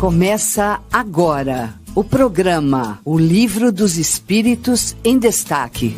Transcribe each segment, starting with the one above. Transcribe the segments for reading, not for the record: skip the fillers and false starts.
Começa agora o programa O Livro dos Espíritos em Destaque.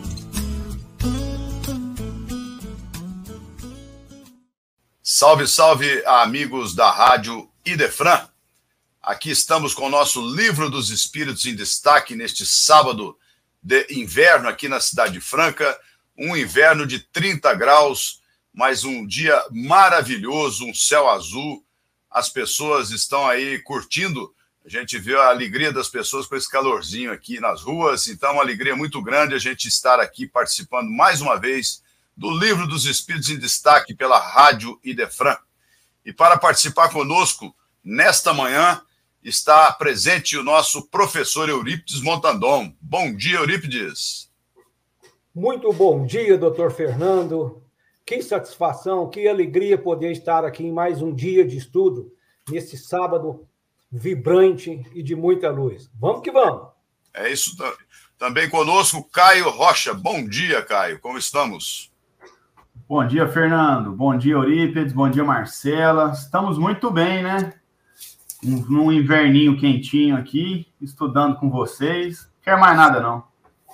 Salve, salve, amigos da Rádio Idefran. Aqui estamos com o nosso Livro dos Espíritos em Destaque neste sábado de inverno aqui na Cidade Franca. Um inverno de 30 graus, mas um dia maravilhoso, um céu azul. As pessoas estão aí curtindo. A gente vê a alegria das pessoas com esse calorzinho aqui nas ruas. Então, é uma alegria muito grande a gente estar aqui participando mais uma vez do Livro dos Espíritos em Destaque pela Rádio Idefran. E para participar conosco, nesta manhã, está presente o nosso professor Eurípides Montandon. Bom dia, Eurípides. Muito bom dia, doutor Fernando. Que satisfação, que alegria poder estar aqui em mais um dia de estudo, nesse sábado vibrante e de muita luz. Vamos que vamos. É isso. Também conosco, Caio Rocha. Bom dia, Caio. Como estamos? Bom dia, Fernando. Bom dia, Eurípides. Bom dia, Marcela. Estamos muito bem, né? Num inverninho quentinho aqui, estudando com vocês. Não quer mais nada, não.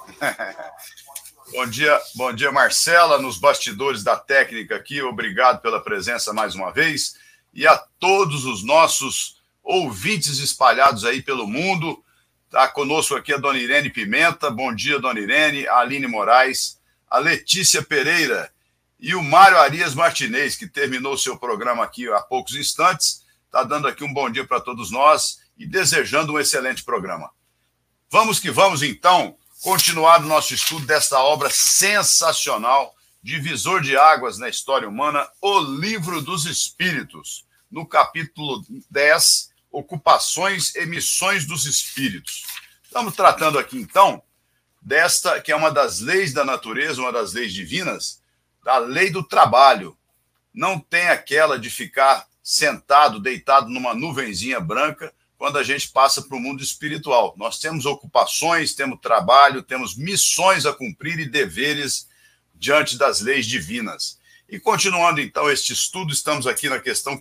Bom dia, Marcela, nos bastidores da técnica aqui. Obrigado pela presença mais uma vez. E a todos os nossos ouvintes espalhados aí pelo mundo. Está conosco aqui a Dona Irene Pimenta. Bom dia, Dona Irene. A Aline Moraes, a Letícia Pereira e o Mário Arias Martinez, que terminou o seu programa aqui há poucos instantes. Está dando aqui um bom dia para todos nós e desejando um excelente programa. Vamos que vamos, então, continuar o nosso estudo desta obra sensacional, divisor de águas na história humana, O Livro dos Espíritos, no capítulo 10, Ocupações e Missões dos Espíritos. Estamos tratando aqui, então, desta que é uma das leis da natureza, uma das leis divinas, da lei do trabalho. Não tem aquela de ficar sentado, deitado numa nuvenzinha branca, quando a gente passa para o mundo espiritual. Nós temos ocupações, temos trabalho, temos missões a cumprir e deveres diante das leis divinas. E continuando, então, este estudo, estamos aqui na questão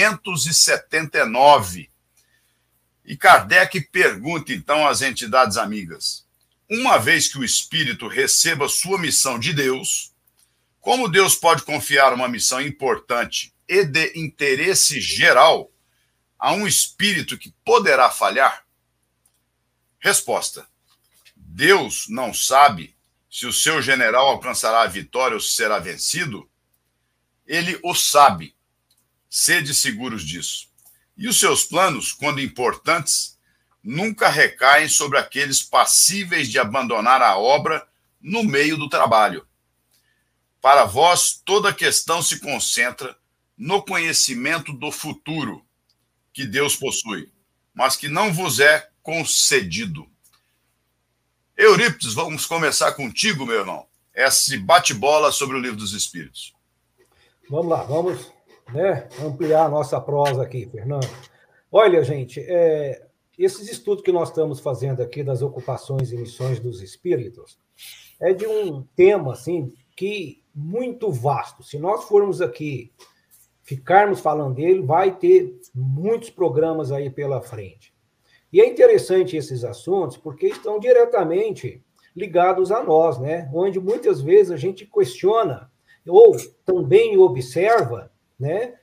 579. E Kardec pergunta, então, às entidades amigas: uma vez que o espírito receba sua missão de Deus, como Deus pode confiar uma missão importante e de interesse geral a um espírito que poderá falhar? Resposta: Deus não sabe se o seu general alcançará a vitória ou se será vencido? Ele o sabe. Sede seguros disso. E os seus planos, quando importantes, nunca recaem sobre aqueles passíveis de abandonar a obra no meio do trabalho. Para vós, toda a questão se concentra no conhecimento do futuro que Deus possui, mas que não vos é concedido. Eurípides, vamos começar contigo, meu irmão, esse bate-bola sobre o Livro dos Espíritos. Vamos lá, vamos, ampliar a nossa prosa aqui, Fernando. Olha, gente, esses estudos que nós estamos fazendo aqui das ocupações e missões dos espíritos é de um tema, assim, que muito vasto. Se nós formos aqui ficarmos falando dele, vai ter muitos programas aí pela frente. E é interessante esses assuntos porque estão diretamente ligados a nós, né? Onde muitas vezes a gente questiona ou também observa, né,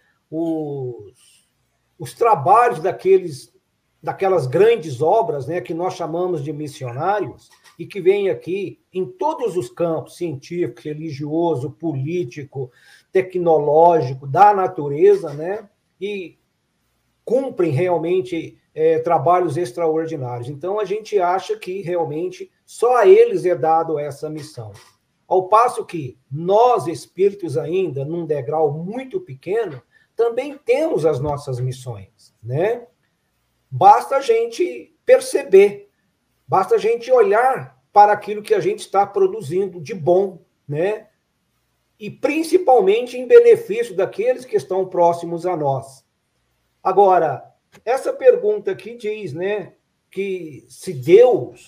os trabalhos daquelas grandes obras, né, que nós chamamos de missionários e que vêm aqui em todos os campos, científico, religioso, político, tecnológico, da natureza, né? E cumprem realmente trabalhos extraordinários. Então, a gente acha que realmente só a eles é dado essa missão. Ao passo que nós, espíritos ainda, num degrau muito pequeno, também temos as nossas missões, né? Basta a gente perceber, basta a gente olhar para aquilo que a gente está produzindo de bom, né? E principalmente em benefício daqueles que estão próximos a nós. Agora, essa pergunta aqui diz, né, que se Deus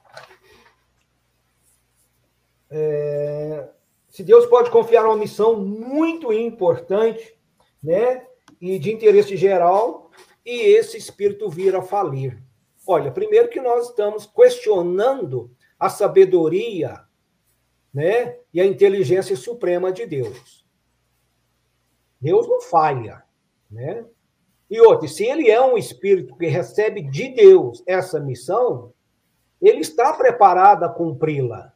pode confiar uma missão muito importante, né, e de interesse geral e esse espírito vir a falir? Olha, primeiro que nós estamos questionando a sabedoria, né, e a inteligência suprema de Deus. Deus não falha, né? E outra, se ele é um espírito que recebe de Deus essa missão, ele está preparado a cumpri-la.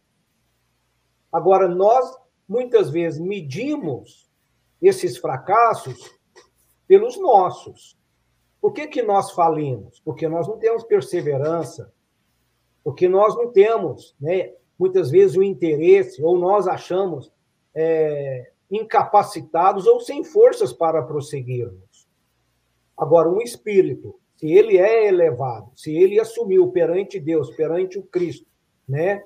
Agora, nós, muitas vezes, medimos esses fracassos pelos nossos. Por que nós falimos? Porque nós não temos perseverança, porque nós não temos, né, muitas vezes, o interesse, ou nós achamos incapacitados ou sem forças para prosseguirmos. Agora, um espírito, se ele é elevado, se ele assumiu perante Deus, perante o Cristo, né,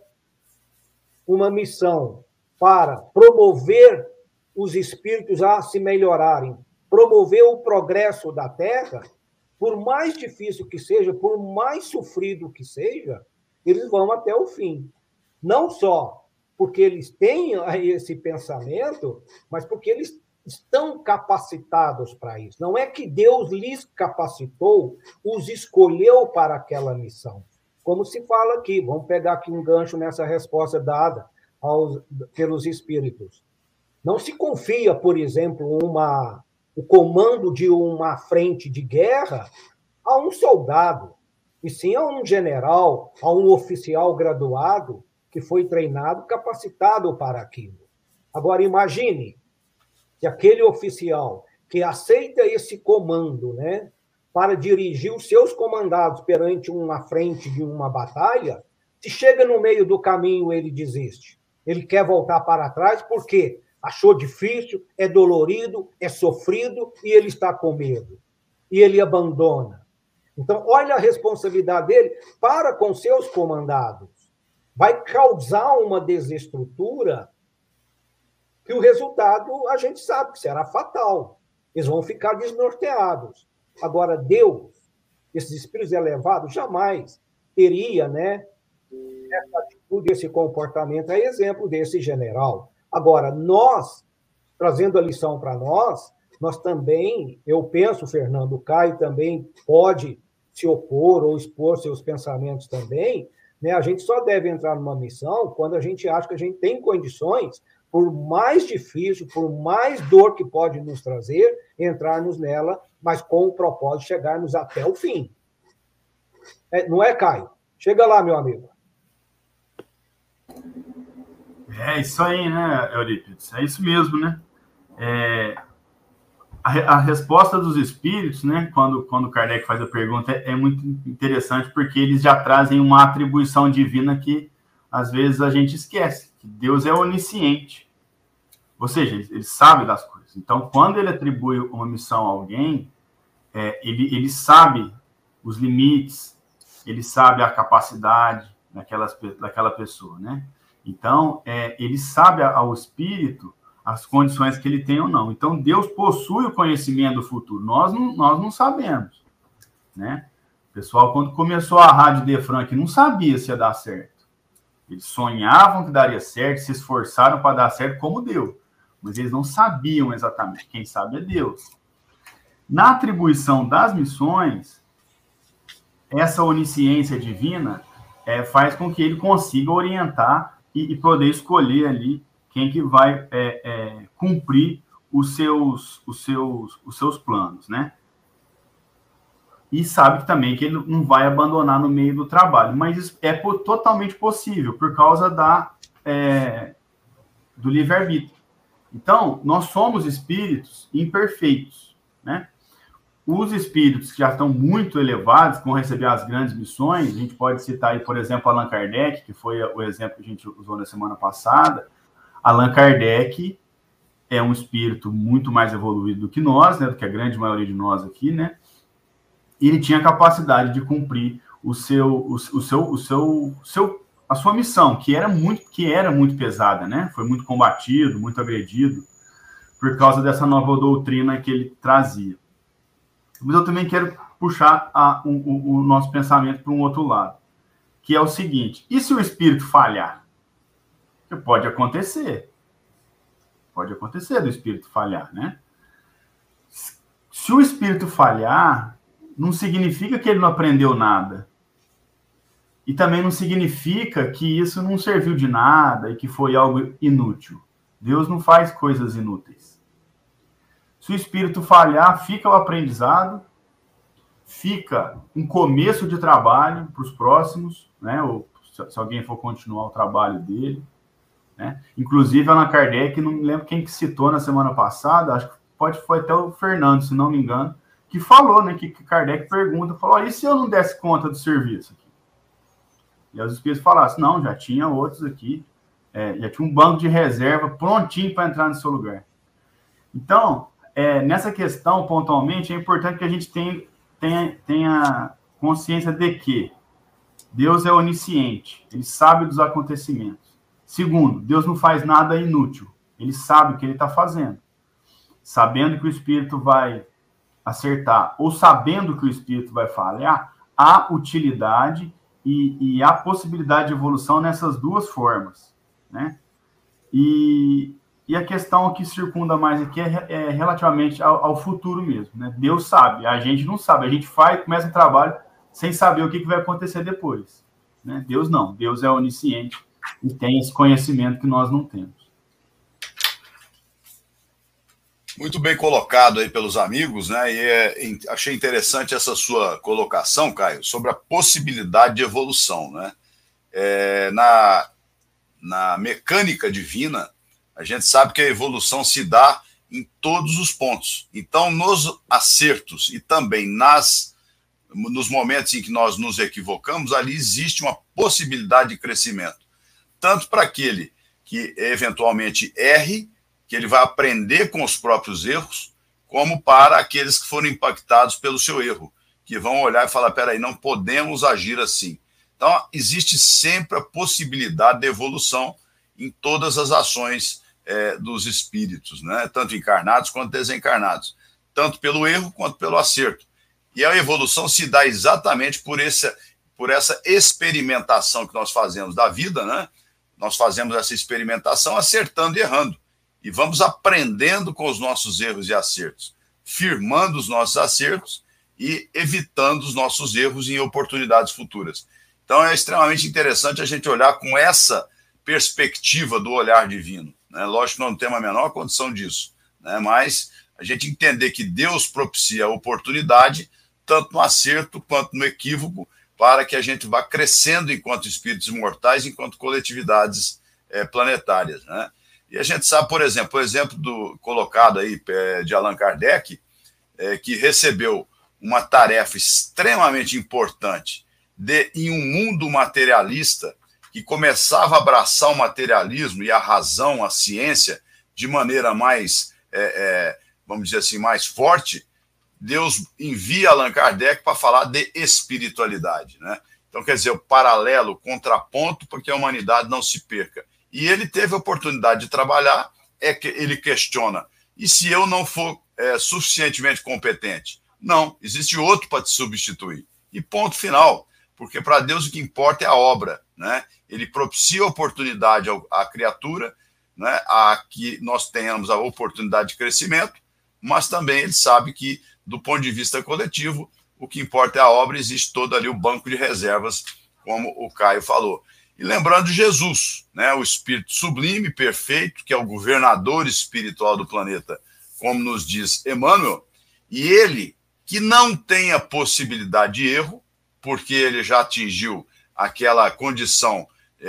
uma missão para promover os espíritos a se melhorarem, promover o progresso da Terra, por mais difícil que seja, por mais sofrido que seja, eles vão até o fim. Não só porque eles têm esse pensamento, mas porque eles estão capacitados para isso. Não é que Deus lhes capacitou, os escolheu para aquela missão. Como se fala aqui, vamos pegar aqui um gancho nessa resposta dada pelos espíritos. Não se confia, por exemplo, o comando de uma frente de guerra a um soldado, e sim a um general, a um oficial graduado que foi treinado, capacitado para aquilo. Agora, imagine que aquele oficial que aceita esse comando, né, para dirigir os seus comandados perante uma frente de uma batalha, se chega no meio do caminho, ele desiste. Ele quer voltar para trás porque achou difícil, é dolorido, é sofrido e ele está com medo. E ele abandona. Então, olha a responsabilidade dele para com seus comandados. Vai causar uma desestrutura que o resultado a gente sabe que será fatal. Eles vão ficar desnorteados. Agora, Deus, esses espíritos elevados, jamais teria, né, essa atitude, esse comportamento, é exemplo desse general. Agora, nós, trazendo a lição para nós também, eu penso, Fernando, o Caio também pode se opor ou expor seus pensamentos também, né? A gente só deve entrar numa missão quando a gente acha que a gente tem condições, por mais difícil, por mais dor que pode nos trazer, entrarmos nela, mas com o propósito de chegarmos até o fim. Não é, Caio? Chega lá, meu amigo. É isso aí, né, Eurípides? É isso mesmo, né? A resposta dos espíritos, né, quando Kardec faz a pergunta, é muito interessante, porque eles já trazem uma atribuição divina que, às vezes, a gente esquece, que Deus é onisciente. Ou seja, ele sabe das coisas. Então, quando ele atribui uma missão a alguém, ele sabe os limites, ele sabe a capacidade daquela pessoa, né? Então, ele sabe ao espírito as condições que ele tem ou não. Então, Deus possui o conhecimento do futuro. Nós não sabemos, né? O pessoal, quando começou a Rádio Defran, não sabia se ia dar certo. Eles sonhavam que daria certo, se esforçaram para dar certo, como deu. Mas eles não sabiam exatamente. Quem sabe é Deus. Na atribuição das missões, essa onisciência divina faz com que ele consiga orientar e poder escolher ali quem que vai cumprir os seus planos, né? E sabe também que ele não vai abandonar no meio do trabalho, mas isso é totalmente possível por causa do livre-arbítrio. Então, nós somos espíritos imperfeitos, né? Os espíritos que já estão muito elevados, que vão receber as grandes missões, a gente pode citar aí, por exemplo, Allan Kardec, que foi o exemplo que a gente usou na semana passada. Allan Kardec é um espírito muito mais evoluído do que nós, né, do que a grande maioria de nós aqui, né? E ele tinha a capacidade de cumprir a sua missão, que era muito pesada, né? Foi muito combatido, muito agredido, por causa dessa nova doutrina que ele trazia. Mas eu também quero puxar o nosso pensamento para um outro lado, que é o seguinte: e se o espírito falhar? Pode acontecer. Pode acontecer do espírito falhar, né? Se o espírito falhar, não significa que ele não aprendeu nada. E também não significa que isso não serviu de nada e que foi algo inútil. Deus não faz coisas inúteis. Se o espírito falhar, fica o aprendizado, fica um começo de trabalho para os próximos, né? Ou se alguém for continuar o trabalho dele, né? Inclusive, Allan Kardec, não me lembro quem que citou na semana passada, acho que foi até o Fernando, se não me engano, que falou, né? Que Kardec pergunta, falou, e se eu não desse conta do serviço aqui? E os espíritos falaram assim, não, já tinha outros aqui, já tinha um banco de reserva prontinho para entrar no seu lugar. Então, nessa questão, pontualmente, é importante que a gente tenha consciência de que Deus é onisciente, ele sabe dos acontecimentos. Segundo, Deus não faz nada inútil, ele sabe o que ele está fazendo. Sabendo que o espírito vai acertar ou sabendo que o espírito vai falhar, há utilidade e há possibilidade de evolução nessas duas formas, né? E a questão que circunda mais aqui é relativamente ao futuro mesmo, né? Deus sabe, a gente não sabe, a gente começa o trabalho sem saber o que vai acontecer depois, né? Deus não, Deus é onisciente e tem esse conhecimento que nós não temos. Muito bem colocado aí pelos amigos, né? E achei interessante essa sua colocação, Caio, sobre a possibilidade de evolução, né? Na mecânica divina, a gente sabe que a evolução se dá em todos os pontos. Então, nos acertos e também nos momentos em que nós nos equivocamos, ali existe uma possibilidade de crescimento. Tanto para aquele que eventualmente erre, que ele vai aprender com os próprios erros, como para aqueles que foram impactados pelo seu erro, que vão olhar e falar, peraí, não podemos agir assim. Então, existe sempre a possibilidade de evolução em todas as ações dos espíritos, né? Tanto encarnados quanto desencarnados, tanto pelo erro quanto pelo acerto. E a evolução se dá exatamente por essa experimentação que nós fazemos da vida, né? Nós fazemos essa experimentação acertando e errando. E vamos aprendendo com os nossos erros e acertos, firmando os nossos acertos e evitando os nossos erros em oportunidades futuras. Então, é extremamente interessante a gente olhar com essa perspectiva do olhar divino, né? Lógico que não temos a menor condição disso, né? Mas a gente entender que Deus propicia a oportunidade, tanto no acerto quanto no equívoco, para que a gente vá crescendo enquanto espíritos imortais, enquanto coletividades planetárias, né? E a gente sabe, por exemplo, o exemplo colocado aí de Allan Kardec, que recebeu uma tarefa extremamente importante em um mundo materialista que começava a abraçar o materialismo e a razão, a ciência, de maneira mais, vamos dizer assim, mais forte. Deus envia Allan Kardec para falar de espiritualidade, né? Então, quer dizer, o paralelo, o contraponto, para que a humanidade não se perca. E ele teve a oportunidade de trabalhar, que ele questiona, e se eu não for suficientemente competente? Não, existe outro para te substituir. E ponto final, porque para Deus o que importa é a obra, né? Ele propicia a oportunidade à criatura, né? A que nós tenhamos a oportunidade de crescimento, mas também ele sabe que, do ponto de vista coletivo, o que importa é a obra, existe todo ali o banco de reservas, como o Caio falou. E lembrando de Jesus, né, o espírito sublime, perfeito, que é o governador espiritual do planeta, como nos diz Emmanuel, e ele que não tem a possibilidade de erro, porque ele já atingiu aquela condição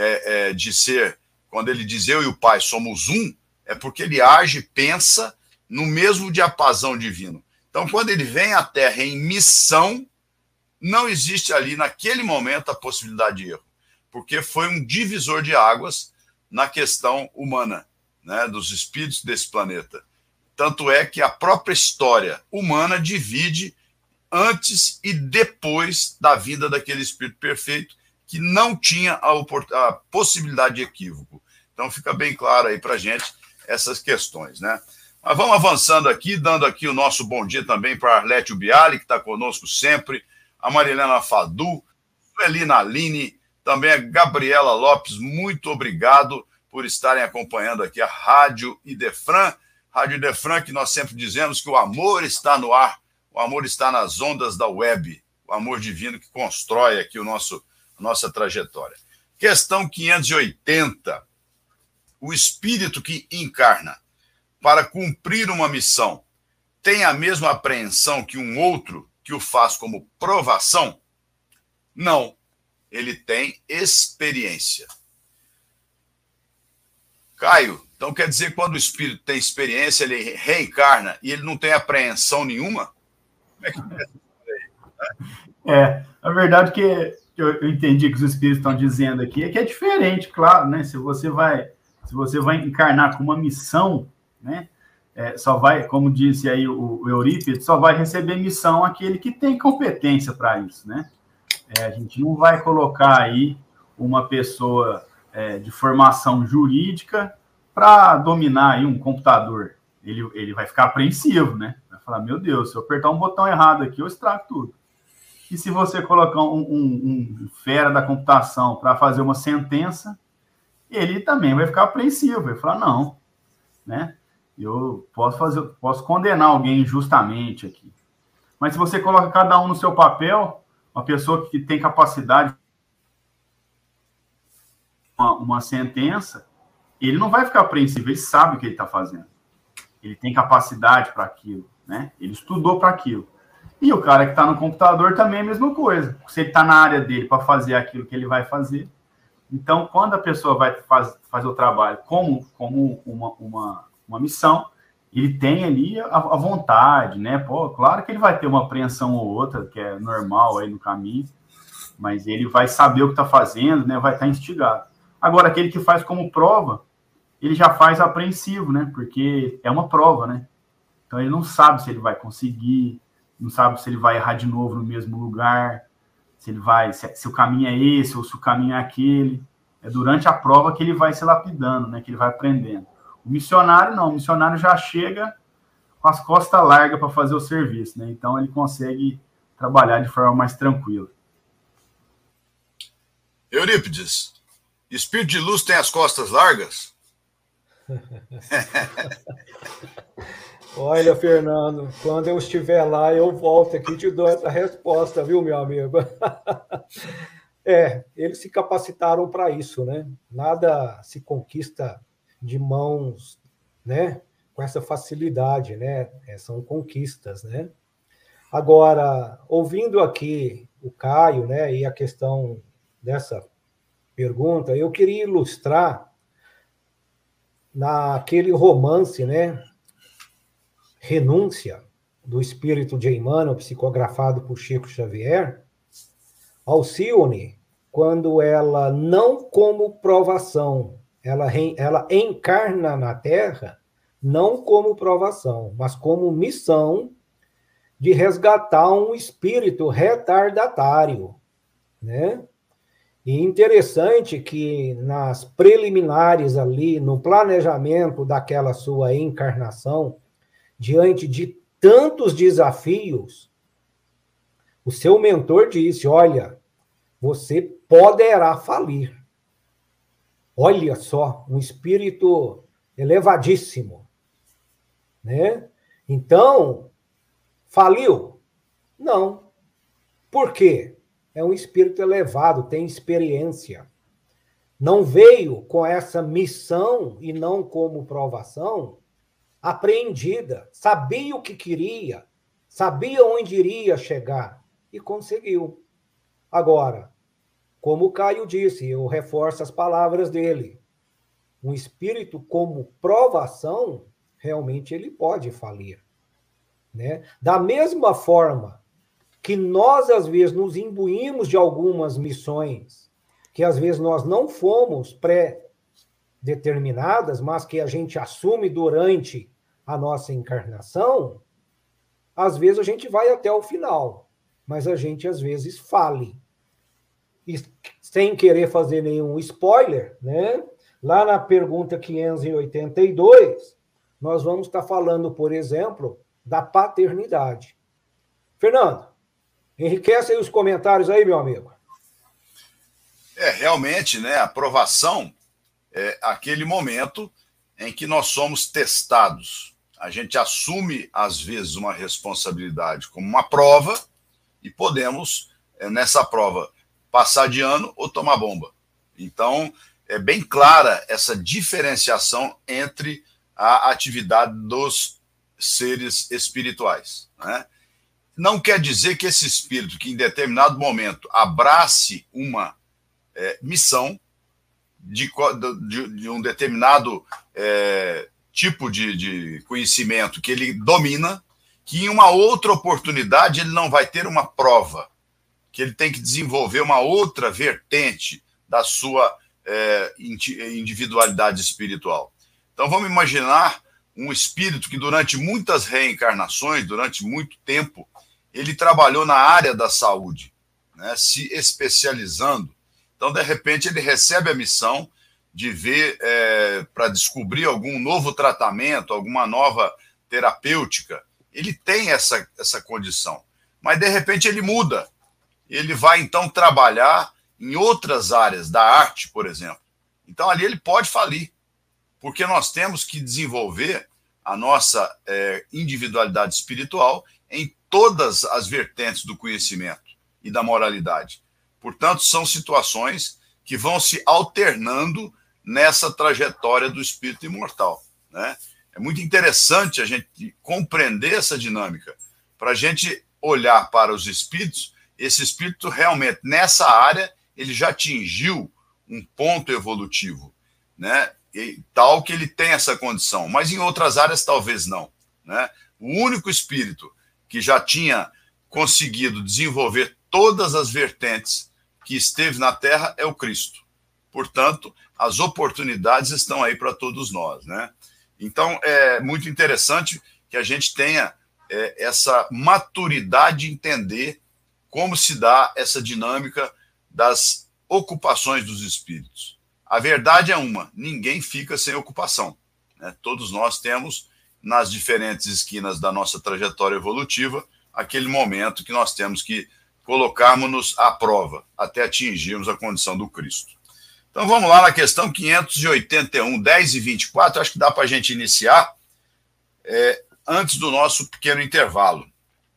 de ser, quando ele diz eu e o Pai somos um, é porque ele age e pensa no mesmo diapasão divino. Então, quando ele vem à Terra em missão, não existe ali, naquele momento, a possibilidade de erro, porque foi um divisor de águas na questão humana, né, dos espíritos desse planeta. Tanto é que a própria história humana divide antes e depois da vida daquele espírito perfeito que não tinha a possibilidade de equívoco. Então fica bem claro aí para a gente essas questões, né? Mas vamos avançando aqui, dando aqui o nosso bom dia também para a Arlete Biali, que está conosco sempre, a Marilena Fadu, Elina Aline, também a Gabriela Lopes, muito obrigado por estarem acompanhando aqui a Rádio Idefran. Rádio Idefran, que nós sempre dizemos que o amor está no ar, o amor está nas ondas da web, o amor divino que constrói aqui a nossa trajetória. Questão 580. O espírito que encarna para cumprir uma missão tem a mesma apreensão que um outro que o faz como provação? Não. Ele tem experiência. Caio, então quer dizer que quando o espírito tem experiência, ele reencarna e ele não tem apreensão nenhuma? Como é que a verdade que eu entendi que os espíritos estão dizendo aqui é que é diferente, claro, né? Se você vai encarnar com uma missão, né? Só vai, como disse aí o Eurípides, só vai receber missão aquele que tem competência para isso, né? A gente não vai colocar aí uma pessoa de formação jurídica para dominar aí um computador. Ele vai ficar apreensivo, né? Vai falar, meu Deus, se eu apertar um botão errado aqui, eu estrago tudo. E se você colocar um fera da computação para fazer uma sentença, ele também vai ficar apreensivo, vai falar, não, né? Eu posso condenar alguém injustamente aqui. Mas se você coloca cada um no seu papel, uma pessoa que tem capacidade de uma sentença, ele não vai ficar apreensivo, ele sabe o que ele está fazendo. Ele tem capacidade para aquilo, né? Ele estudou para aquilo. E o cara que está no computador também é a mesma coisa. Se ele está na área dele para fazer aquilo que ele vai fazer. Então, quando a pessoa vai fazer o trabalho como uma missão, ele tem ali a vontade, né? Pô, claro que ele vai ter uma apreensão ou outra, que é normal aí no caminho, mas ele vai saber o que está fazendo, né? Vai estar instigado. Agora, aquele que faz como prova, ele já faz apreensivo, né? Porque é uma prova, né? Então, ele não sabe se ele vai conseguir, não sabe se ele vai errar de novo no mesmo lugar, se o caminho é esse ou se o caminho é aquele. É durante a prova que ele vai se lapidando, né? Que ele vai aprendendo. O missionário não, o missionário já chega com as costas largas para fazer o serviço, né? Então ele consegue trabalhar de forma mais tranquila. Eurípides, espírito de luz tem as costas largas? Olha, Fernando, quando eu estiver lá, eu volto aqui e te dou essa resposta, viu, meu amigo? Eles se capacitaram para isso, né? Nada se conquista de mãos, né? Com essa facilidade, né? São conquistas, né? Agora, ouvindo aqui o Caio, né? E a questão dessa pergunta, eu queria ilustrar naquele romance, né? Renúncia, do espírito de Emmanuel, psicografado por Chico Xavier, Alcione, quando ela, não como provação, ela encarna na Terra, não como provação, mas como missão de resgatar um espírito retardatário, né? E interessante que nas preliminares ali, no planejamento daquela sua encarnação, diante de tantos desafios, o seu mentor disse, olha, você poderá falir. Olha só, um espírito elevadíssimo, né? Então, faliu? Não. Por quê? É um espírito elevado, tem experiência. Não veio com essa missão e não como provação apreendida. Sabia o que queria, sabia onde iria chegar e conseguiu. Agora, como o Caio disse, eu reforço as palavras dele. Um espírito como provação, realmente ele pode falir, né? Da mesma forma que nós, às vezes, nos imbuímos de algumas missões, que às vezes nós não fomos pré-determinadas, mas que a gente assume durante a nossa encarnação, às vezes a gente vai até o final, mas a gente, às vezes, fale. E, sem querer fazer nenhum spoiler, né? Lá na pergunta 582, nós vamos estar falando, por exemplo, da paternidade. Fernando, enriquece aí os comentários aí, meu amigo. Realmente, né? A provação é aquele momento em que nós somos testados. A gente assume, às vezes, uma responsabilidade como uma prova e podemos, nessa prova, passar de ano ou tomar bomba. Então, é bem clara essa diferenciação entre a atividade dos seres espirituais, né? Não quer dizer que esse espírito, que em determinado momento abrace uma missão de um determinado tipo de conhecimento que ele domina, que em uma outra oportunidade ele não vai ter uma prova, que ele tem que desenvolver uma outra vertente da sua individualidade espiritual. Então vamos imaginar um espírito que durante muitas reencarnações, durante muito tempo, ele trabalhou na área da saúde, né, se especializando. Então, de repente, ele recebe a missão de ver para descobrir algum novo tratamento, alguma nova terapêutica. Ele tem essa condição. Mas, de repente, ele muda. Ele vai, então, trabalhar em outras áreas da arte, por exemplo. Então, ali ele pode falir, porque nós temos que desenvolver a nossa individualidade espiritual em todas as vertentes do conhecimento e da moralidade. Portanto, são situações que vão se alternando nessa trajetória do espírito imortal, né? É muito interessante a gente compreender essa dinâmica, para a gente olhar para os espíritos. Esse espírito realmente, nessa área, ele já atingiu um ponto evolutivo, né? E tal que ele tem essa condição, mas em outras áreas talvez não, né? O único espírito que já tinha conseguido desenvolver todas as vertentes que esteve na Terra é o Cristo. Portanto, as oportunidades estão aí para todos nós, né? Então, é muito interessante que a gente tenha essa maturidade de entender como se dá essa dinâmica das ocupações dos espíritos. A verdade é uma: ninguém fica sem ocupação, né? Todos nós temos, nas diferentes esquinas da nossa trajetória evolutiva, aquele momento que nós temos que colocarmos-nos à prova até atingirmos a condição do Cristo. Então vamos lá na questão 581, 10 e 24, acho que dá para a gente iniciar antes do nosso pequeno intervalo.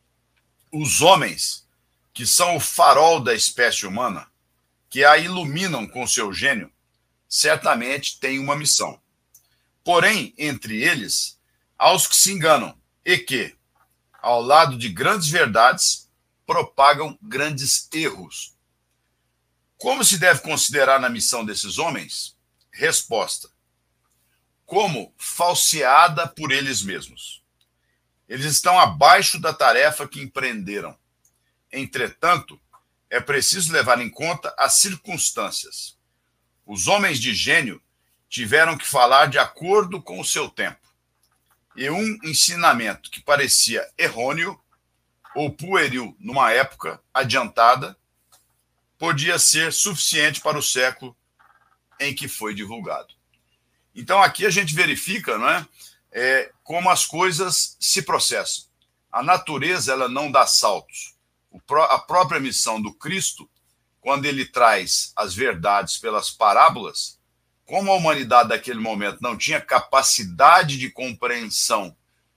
Os homens, que são o farol da espécie humana, que a iluminam com seu gênio, certamente têm uma missão. Porém, entre eles, há os que se enganam e que, ao lado de grandes verdades, propagam grandes erros. Como se deve considerar na missão desses homens? Resposta: como falseada por eles mesmos. Eles estão abaixo da tarefa que empreenderam. Entretanto, é preciso levar em conta as circunstâncias. Os homens de gênio tiveram que falar de acordo com o seu tempo. E um ensinamento que parecia errôneo ou pueril numa época adiantada podia ser suficiente para o século em que foi divulgado. Então, aqui a gente verifica, não é, como as coisas se processam. A natureza, ela não dá saltos. A própria missão do Cristo, quando ele traz as verdades pelas parábolas, como a humanidade daquele momento não tinha capacidade de compreensão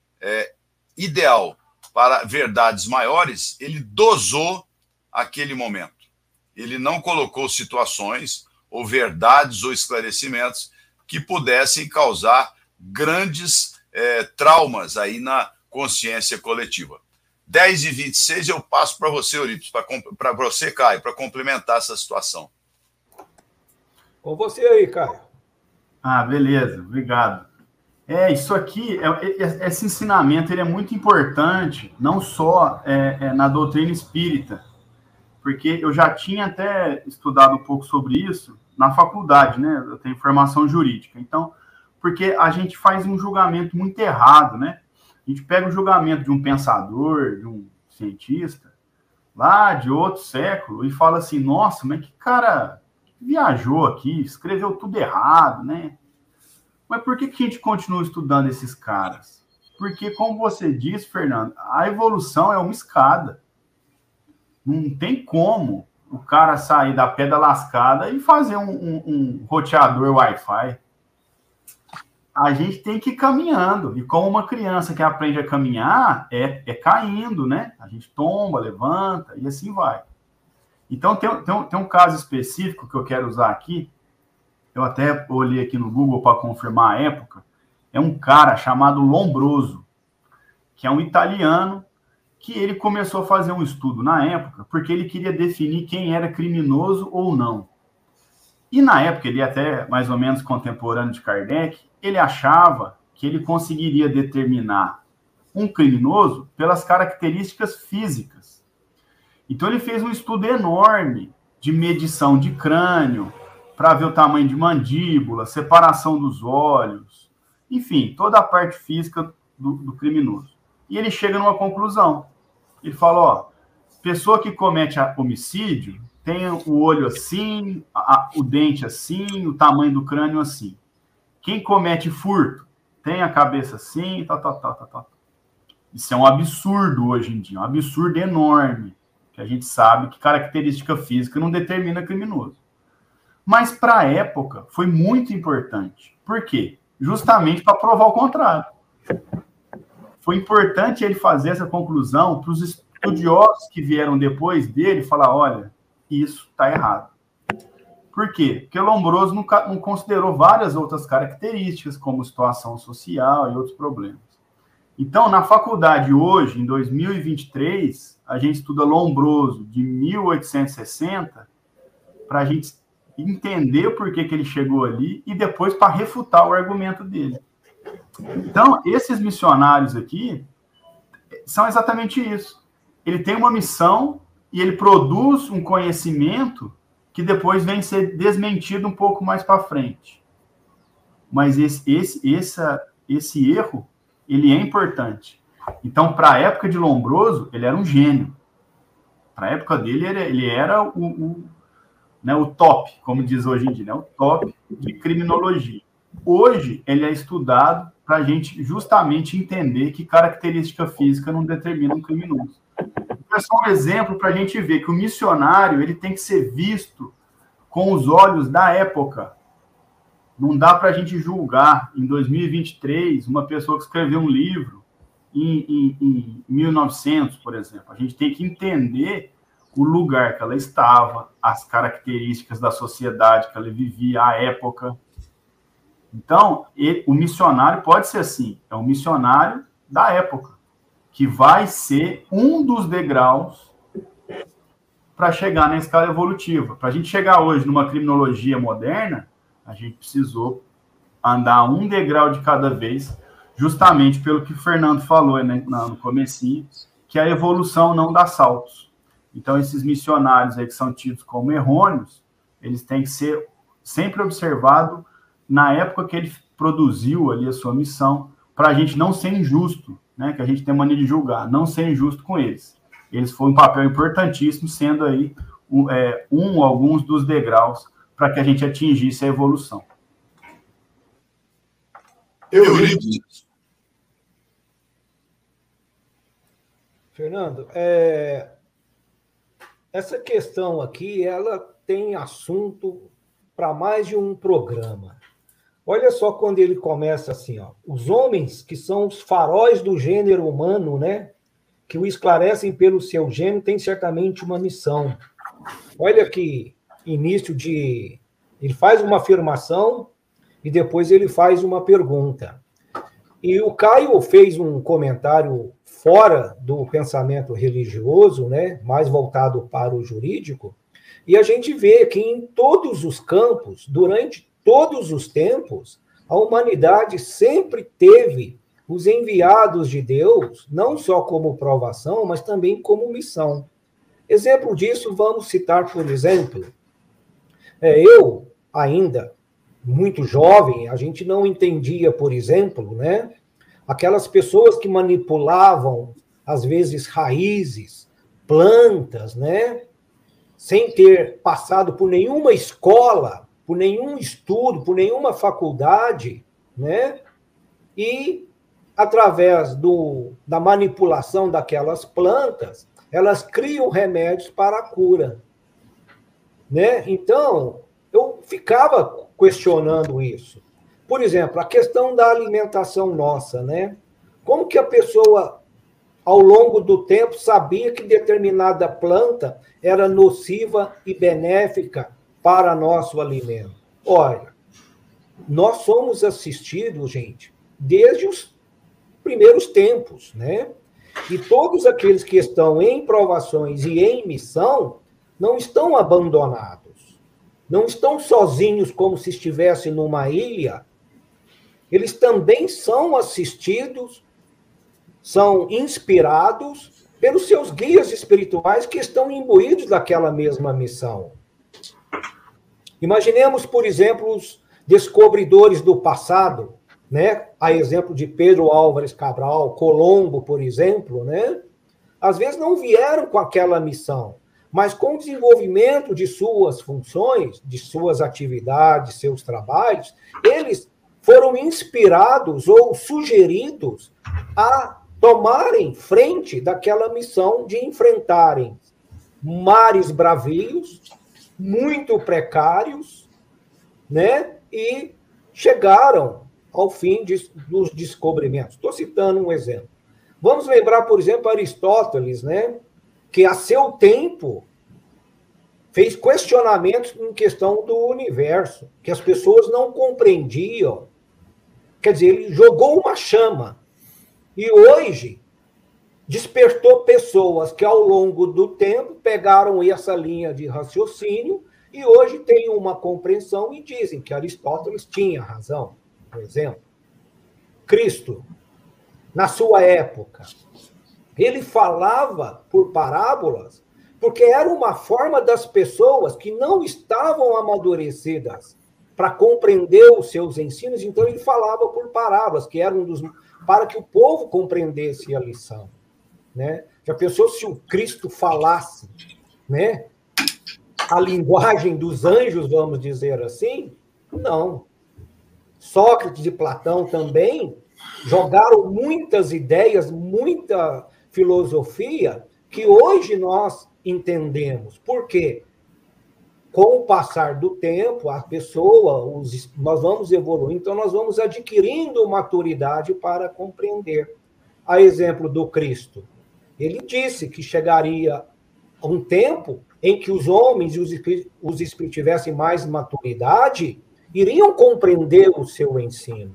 ideal para verdades maiores, ele dosou aquele momento. Ele não colocou situações ou verdades ou esclarecimentos que pudessem causar grandes traumas aí na consciência coletiva. 10 e 26 eu passo para você, Eurípides, para você, Caio, para complementar essa situação. Com você aí, Caio. Ah, beleza, obrigado. Isso aqui, esse ensinamento, ele é muito importante, não só na doutrina espírita, porque eu já tinha até estudado um pouco sobre isso na faculdade, né? Eu tenho formação jurídica. Então, porque a gente faz um julgamento muito errado, né? A gente pega o julgamento de um pensador, de um cientista, lá de outro século, e fala assim, nossa, mas que cara viajou aqui, escreveu tudo errado, né? Mas por que a gente continua estudando esses caras? Porque, como você disse, Fernando, a evolução é uma escada. Não tem como o cara sair da pedra lascada e fazer um roteador Wi-Fi. a gente tem que ir caminhando. E como uma criança que aprende a caminhar, é caindo, né? A gente tomba, levanta e assim vai. Então, tem um caso específico que eu quero usar aqui. Eu até olhei aqui no Google para confirmar a época. É um cara chamado Lombroso, que é um italiano, que ele começou a fazer um estudo na época, porque ele queria definir quem era criminoso ou não. E na época, ele até mais ou menos contemporâneo de Kardec, ele achava que ele conseguiria determinar um criminoso pelas características físicas. Então ele fez um estudo enorme de medição de crânio, para ver o tamanho de mandíbula, separação dos olhos, enfim, toda a parte física do criminoso. E ele chega numa conclusão. Ele fala, ó, pessoa que comete homicídio tem o olho assim, o dente assim, o tamanho do crânio assim. Quem comete furto tem a cabeça assim, tal. Isso é um absurdo hoje em dia, um absurdo enorme, que a gente sabe que característica física não determina criminoso. Mas para a época foi muito importante. Por quê? Justamente para provar o contrário. Foi importante ele fazer essa conclusão para os estudiosos que vieram depois dele falar, olha, isso está errado. Por quê? Porque Lombroso não considerou várias outras características, como situação social e outros problemas. Então, na faculdade hoje, em 2023, a gente estuda Lombroso de 1860 para a gente entender o porquê que ele chegou ali e depois para refutar o argumento dele. Então, esses missionários aqui são exatamente isso. Ele tem uma missão e ele produz um conhecimento que depois vem ser desmentido um pouco mais para frente. Mas esse erro, ele é importante. Então, para a época de Lombroso, ele era um gênio. Para a época dele, ele era o top, como diz hoje em dia, né? O top de criminologia. Hoje, ele é estudado para a gente justamente entender que característica física não determina um criminoso. É só um exemplo para a gente ver que o missionário ele tem que ser visto com os olhos da época. Não dá para a gente julgar, em 2023, uma pessoa que escreveu um livro em 1900, por exemplo. A gente tem que entender o lugar que ela estava, as características da sociedade que ela vivia, a época. Então, o missionário pode ser assim, é um missionário da época, que vai ser um dos degraus para chegar na escala evolutiva. Para a gente chegar hoje numa criminologia moderna, a gente precisou andar um degrau de cada vez, justamente pelo que o Fernando falou, né, no comecinho, que a evolução não dá saltos. Então, esses missionários aí que são tidos como errôneos, eles têm que ser sempre observados na época que ele produziu ali a sua missão, para a gente não ser injusto, né, que a gente tem mania de julgar, não ser injusto com eles. Eles foram um papel importantíssimo, sendo aí alguns dos degraus para que a gente atingisse a evolução. Fernando, essa questão aqui, ela tem assunto para mais de um programa. Olha só quando ele começa assim, ó, os homens que são os faróis do gênero humano, né, que o esclarecem pelo seu gênero, têm certamente uma missão. Olha que início de... Ele faz uma afirmação e depois ele faz uma pergunta. E o Caio fez um comentário fora do pensamento religioso, né, mais voltado para o jurídico, e a gente vê que em todos os campos, durante todos os tempos, a humanidade sempre teve os enviados de Deus, não só como provação, mas também como missão. Exemplo disso, vamos citar, por exemplo, eu, ainda muito jovem, a gente não entendia, por exemplo, né, aquelas pessoas que manipulavam, às vezes, raízes, plantas, né, sem ter passado por nenhuma escola, por nenhum estudo, por nenhuma faculdade, né, e através da manipulação daquelas plantas, elas criam remédios para a cura, né? Então, eu ficava questionando isso. Por exemplo, a questão da alimentação nossa, né? Como que a pessoa, ao longo do tempo, sabia que determinada planta era nociva e benéfica para nosso alimento? Olha, nós somos assistidos, gente, desde os primeiros tempos, né? E todos aqueles que estão em provações e em missão não estão abandonados, não estão sozinhos como se estivessem numa ilha. Eles também são assistidos, são inspirados pelos seus guias espirituais que estão imbuídos daquela mesma missão. Imaginemos, por exemplo, os descobridores do passado, né? A exemplo de Pedro Álvares Cabral, Colombo, por exemplo, né? Às vezes não vieram com aquela missão, mas com o desenvolvimento de suas funções, de suas atividades, seus trabalhos, eles foram inspirados ou sugeridos a tomarem frente daquela missão de enfrentarem mares bravios, muito precários, né? E chegaram ao fim dos descobrimentos. Estou citando um exemplo. Vamos lembrar, por exemplo, Aristóteles, né? Que a seu tempo fez questionamentos em questão do universo, que as pessoas não compreendiam. Quer dizer, ele jogou uma chama. E hoje despertou pessoas que, ao longo do tempo, pegaram essa linha de raciocínio e hoje têm uma compreensão e dizem que Aristóteles tinha razão. Por exemplo, Cristo, na sua época, ele falava por parábolas porque era uma forma das pessoas que não estavam amadurecidas para compreender os seus ensinos, então ele falava por parábolas, que eram para que o povo compreendesse a lição, né? Já pensou se o Cristo falasse, né, a linguagem dos anjos, vamos dizer assim? Não. Sócrates e Platão também jogaram muitas ideias, muita filosofia que hoje nós entendemos. Por quê? Com o passar do tempo, a pessoa, nós vamos evoluindo, então nós vamos adquirindo maturidade para compreender. A exemplo do Cristo, ele disse que chegaria um tempo em que os homens e os espíritos tivessem mais maturidade, iriam compreender o seu ensino.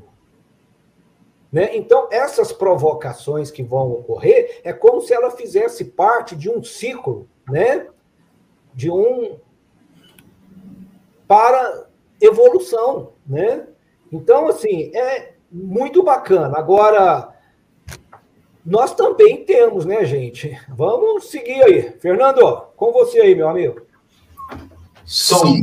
Né? Então, essas provocações que vão ocorrer, é como se ela fizesse parte de um ciclo, né? Para evolução, né? Então, assim, é muito bacana. Agora, nós também temos, né, gente? Vamos seguir aí. Fernando, com você aí, meu amigo. São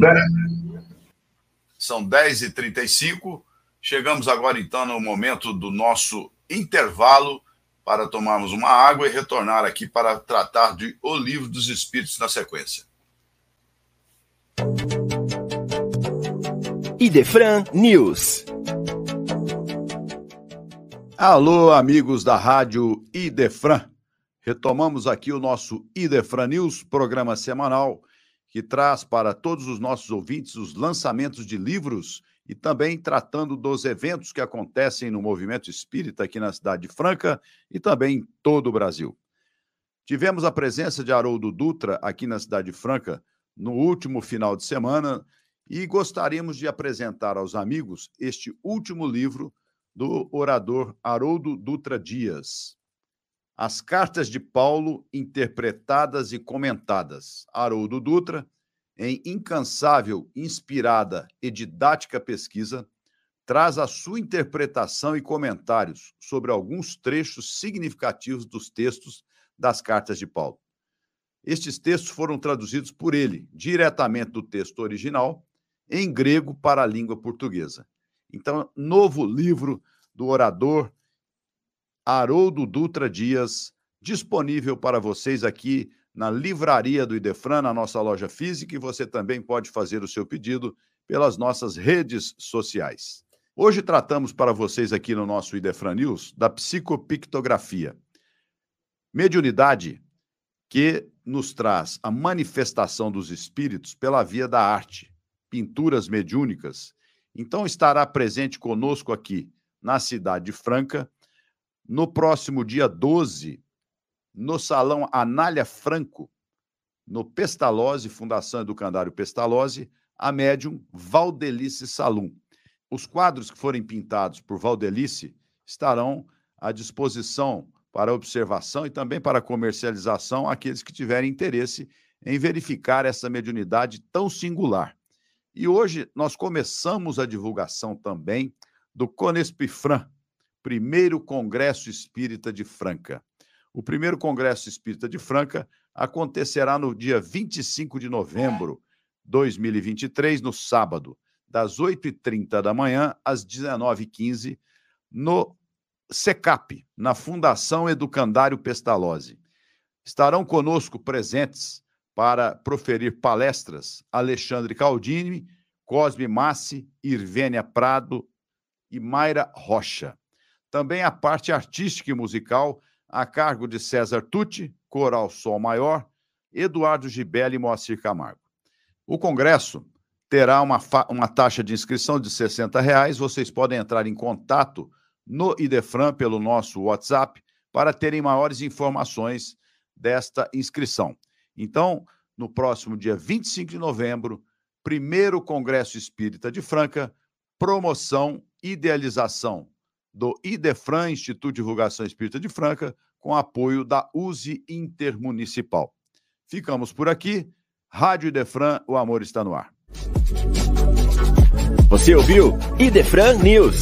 10h35. Chegamos agora, então, no momento do nosso intervalo para tomarmos uma água e retornar aqui para tratar de O Livro dos Espíritos na sequência. Idefran News. Alô, amigos da rádio Idefran. Retomamos aqui o nosso Idefran News, programa semanal que traz para todos os nossos ouvintes os lançamentos de livros e também tratando dos eventos que acontecem no movimento espírita aqui na Cidade Franca e também em todo o Brasil. Tivemos a presença de Haroldo Dutra aqui na Cidade Franca no último final de semana e gostaríamos de apresentar aos amigos este último livro do orador Haroldo Dutra Dias. As Cartas de Paulo interpretadas e comentadas. Haroldo Dutra, em incansável, inspirada e didática pesquisa, traz a sua interpretação e comentários sobre alguns trechos significativos dos textos das Cartas de Paulo. Estes textos foram traduzidos por ele, diretamente do texto original, em grego para a língua portuguesa. Então, novo livro do orador Haroldo Dutra Dias, disponível para vocês aqui na livraria do Idefran, na nossa loja física, e você também pode fazer o seu pedido pelas nossas redes sociais. Hoje tratamos para vocês aqui no nosso Idefran News da psicopictografia, mediunidade que nos traz a manifestação dos espíritos pela via da arte, pinturas mediúnicas Então, estará presente conosco aqui na cidade de Franca, no próximo dia 12, no Salão Anália Franco, no Pestalozzi, Fundação Educandário Pestalozzi, a médium Valdelice Salum. Os quadros que forem pintados por Valdelice estarão à disposição para observação e também para comercialização àqueles que tiverem interesse em verificar essa mediunidade tão singular. E hoje nós começamos a divulgação também do Conespifran, primeiro Congresso Espírita de Franca. O primeiro Congresso Espírita de Franca acontecerá no dia 25 de novembro de 2023, no sábado, das 8h30 da manhã às 19h15, no SECAP, na Fundação Educandário Pestalozzi. Estarão conosco presentes para proferir palestras Alexandre Caldini, Cosme Massi, Irvênia Prado e Mayra Rocha. Também a parte artística e musical a cargo de César Tucci, Coral Sol Maior, Eduardo Gibelli e Moacir Camargo. O congresso terá uma taxa de inscrição de R$ 60. Vocês podem entrar em contato no Idefran pelo nosso WhatsApp para terem maiores informações desta inscrição. Então, no próximo dia 25 de novembro, primeiro Congresso Espírita de Franca, promoção, idealização do Idefran, Instituto de Divulgação Espírita de Franca, com apoio da USE Intermunicipal. Ficamos por aqui. Rádio Idefran, o amor está no ar. Você ouviu Idefran News.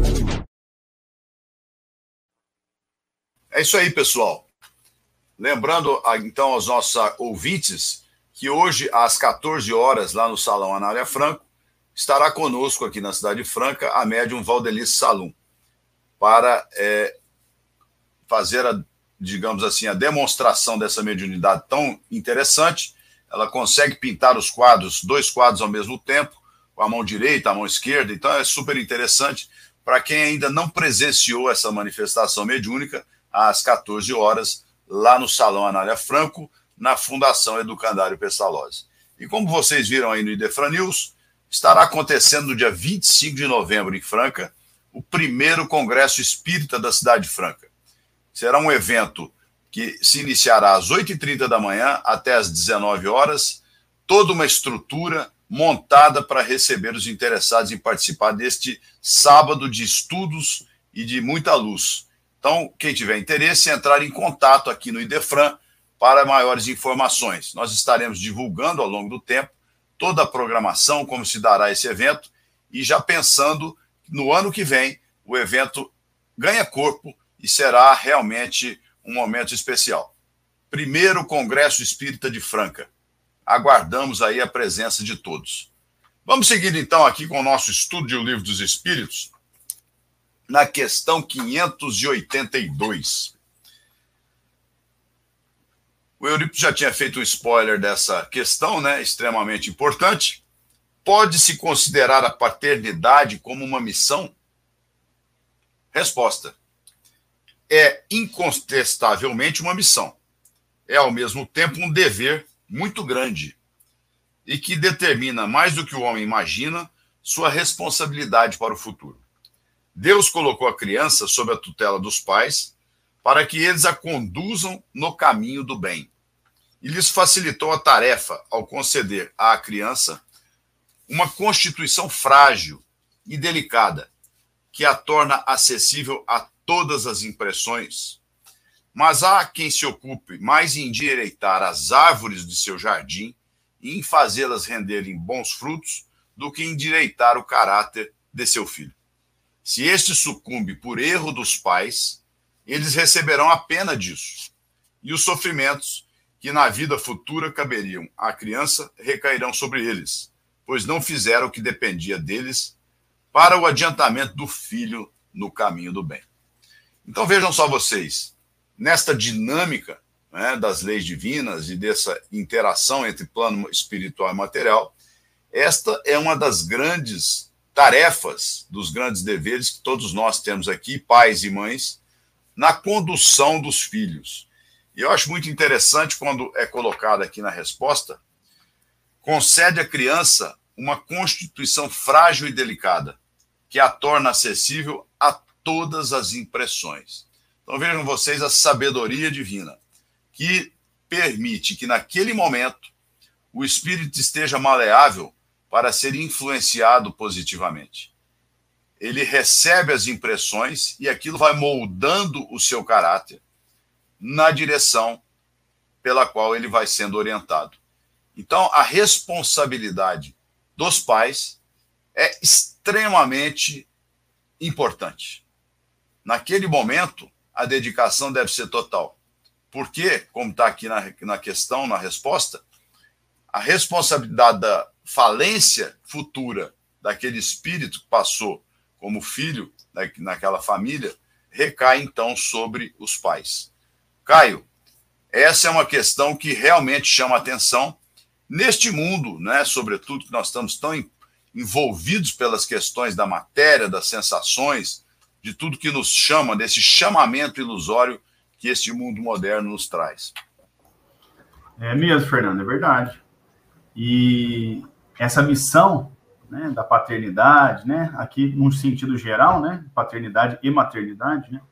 É isso aí, pessoal. Lembrando, então, aos nossos ouvintes que hoje, às 14 horas, lá no Salão Anália Franco, estará conosco aqui na cidade de Franca a médium Valdelice Salum, para fazer, digamos assim, a demonstração dessa mediunidade tão interessante. Ela consegue pintar os quadros, 2 quadros ao mesmo tempo, com a mão direita, a mão esquerda, então é super interessante para quem ainda não presenciou essa manifestação mediúnica, às 14 horas, lá no Salão Anália Franco, na Fundação Educandário Pestalozzi. E como vocês viram aí no Idefran News, estará acontecendo no dia 25 de novembro em Franca, o primeiro Congresso Espírita da cidade de Franca. Será um evento que se iniciará às 8h30 da manhã até às 19 horas, toda uma estrutura montada para receber os interessados em participar deste sábado de estudos e de muita luz. Então, quem tiver interesse, entrar em contato aqui no Idefran para maiores informações. Nós estaremos divulgando ao longo do tempo toda a programação, como se dará esse evento, e já pensando no ano que vem, o evento ganha corpo e será realmente um momento especial. Primeiro Congresso Espírita de Franca. Aguardamos aí a presença de todos. Vamos seguir então aqui com o nosso estudo de O Livro dos Espíritos, na questão 582. O Eurípides já tinha feito um spoiler dessa questão, né? Extremamente importante. Pode-se considerar a paternidade como uma missão? Resposta: é incontestavelmente uma missão. É, ao mesmo tempo, um dever muito grande e que determina, mais do que o homem imagina, sua responsabilidade para o futuro. Deus colocou a criança sob a tutela dos pais para que eles a conduzam no caminho do bem. E lhes facilitou a tarefa ao conceder à criança uma constituição frágil e delicada, que a torna acessível a todas as impressões. Mas há quem se ocupe mais em endireitar as árvores de seu jardim e em fazê-las renderem bons frutos do que em endireitar o caráter de seu filho. Se este sucumbe por erro dos pais, eles receberão a pena disso. E os sofrimentos que na vida futura caberiam à criança recairão sobre eles, pois não fizeram o que dependia deles para o adiantamento do filho no caminho do bem. Então vejam só vocês, nesta dinâmica, né, das leis divinas e dessa interação entre plano espiritual e material, esta é uma das grandes tarefas, dos grandes deveres que todos nós temos aqui, pais e mães, na condução dos filhos. E eu acho muito interessante quando é colocado aqui na resposta, concede à criança uma constituição frágil e delicada, que a torna acessível a todas as impressões. Então vejam vocês a sabedoria divina, que permite que naquele momento o espírito esteja maleável para ser influenciado positivamente. Ele recebe as impressões e aquilo vai moldando o seu caráter na direção pela qual ele vai sendo orientado. Então, a responsabilidade dos pais é extremamente importante. Naquele momento, a dedicação deve ser total. Porque, como está aqui na questão, na resposta, a responsabilidade da falência futura daquele espírito que passou como filho naquela família recai, então, sobre os pais. Caio, essa é uma questão que realmente chama atenção neste mundo, né? Sobretudo que nós estamos tão envolvidos pelas questões da matéria, das sensações, de tudo que nos chama, desse chamamento ilusório que este mundo moderno nos traz. É mesmo, Fernando, é verdade. E essa missão, né, da paternidade, né, aqui num sentido geral, né, paternidade e maternidade, né,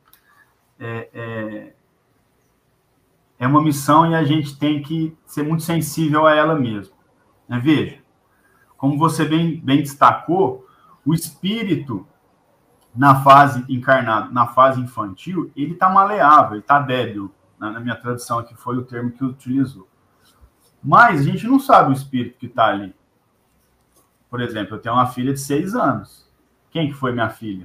é uma missão e a gente tem que ser muito sensível a ela mesmo. Né? Veja, como você bem destacou, o espírito na fase encarnada, na fase infantil, ele está maleável, ele está débil. Na minha tradução aqui foi o termo que utilizou. Mas a gente não sabe o espírito que está ali. Por exemplo, eu tenho uma filha de 6 anos. Quem que foi minha filha?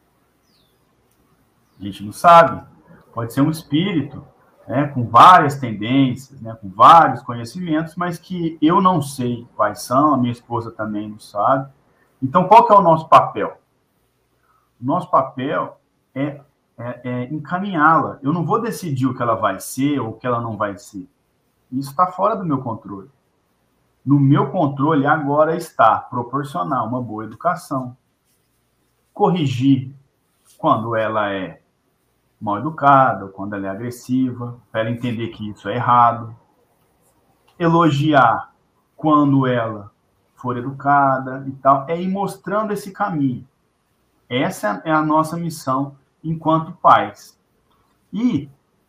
A gente não sabe. Pode ser um espírito, né, com várias tendências, né, com vários conhecimentos, mas que eu não sei quais são, a minha esposa também não sabe. Então, qual que é o nosso papel? O nosso papel é encaminhá-la. Eu não vou decidir o que ela vai ser ou o que ela não vai ser. Isso está fora do meu controle. No meu controle agora está proporcionar uma boa educação, corrigir quando ela é mal educada, quando ela é agressiva, para ela entender que isso é errado, elogiar quando ela for educada e tal, é ir mostrando esse caminho. Essa é a nossa missão enquanto pais. E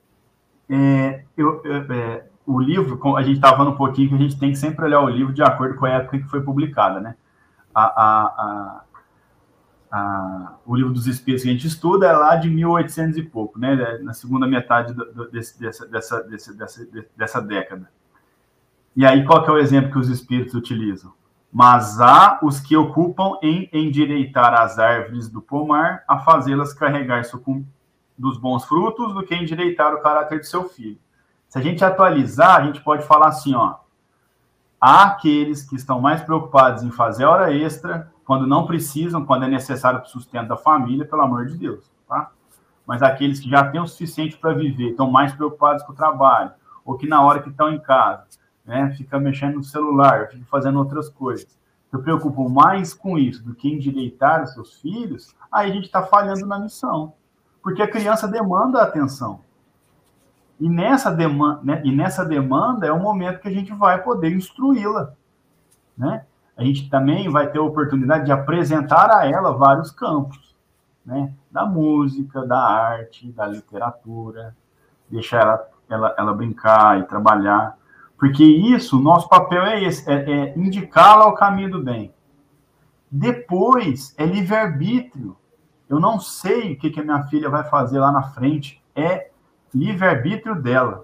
o livro, a gente estava falando um pouquinho que a gente tem que sempre olhar o livro de acordo com a época que foi publicada, né? O livro dos Espíritos que a gente estuda é lá de 1800 e pouco, né? Na segunda metade dessa década. E aí, qual que é o exemplo que os Espíritos utilizam? Mas há os que ocupam em endireitar as árvores do pomar, a fazê-las carregar dos bons frutos, do que endireitar o caráter de seu filho. Se a gente atualizar, a gente pode falar assim, ó, há aqueles que estão mais preocupados em fazer hora extra, quando não precisam, quando é necessário para o sustento da família, pelo amor de Deus, tá? Mas aqueles que já têm o suficiente para viver, estão mais preocupados com o trabalho, ou que na hora que estão em casa, né, fica mexendo no celular, fica fazendo outras coisas, se preocupam mais com isso do que endireitar os seus filhos, aí a gente está falhando na missão, porque a criança demanda atenção. E nessa demanda é o momento que a gente vai poder instruí-la, né? A gente também vai ter a oportunidade de apresentar a ela vários campos, né? Da música, da arte, da literatura, deixar ela brincar e trabalhar, porque isso, nosso papel é esse, é indicá-la ao caminho do bem. Depois, é livre-arbítrio. Eu não sei o que a minha filha vai fazer lá na frente, é livre-arbítrio dela.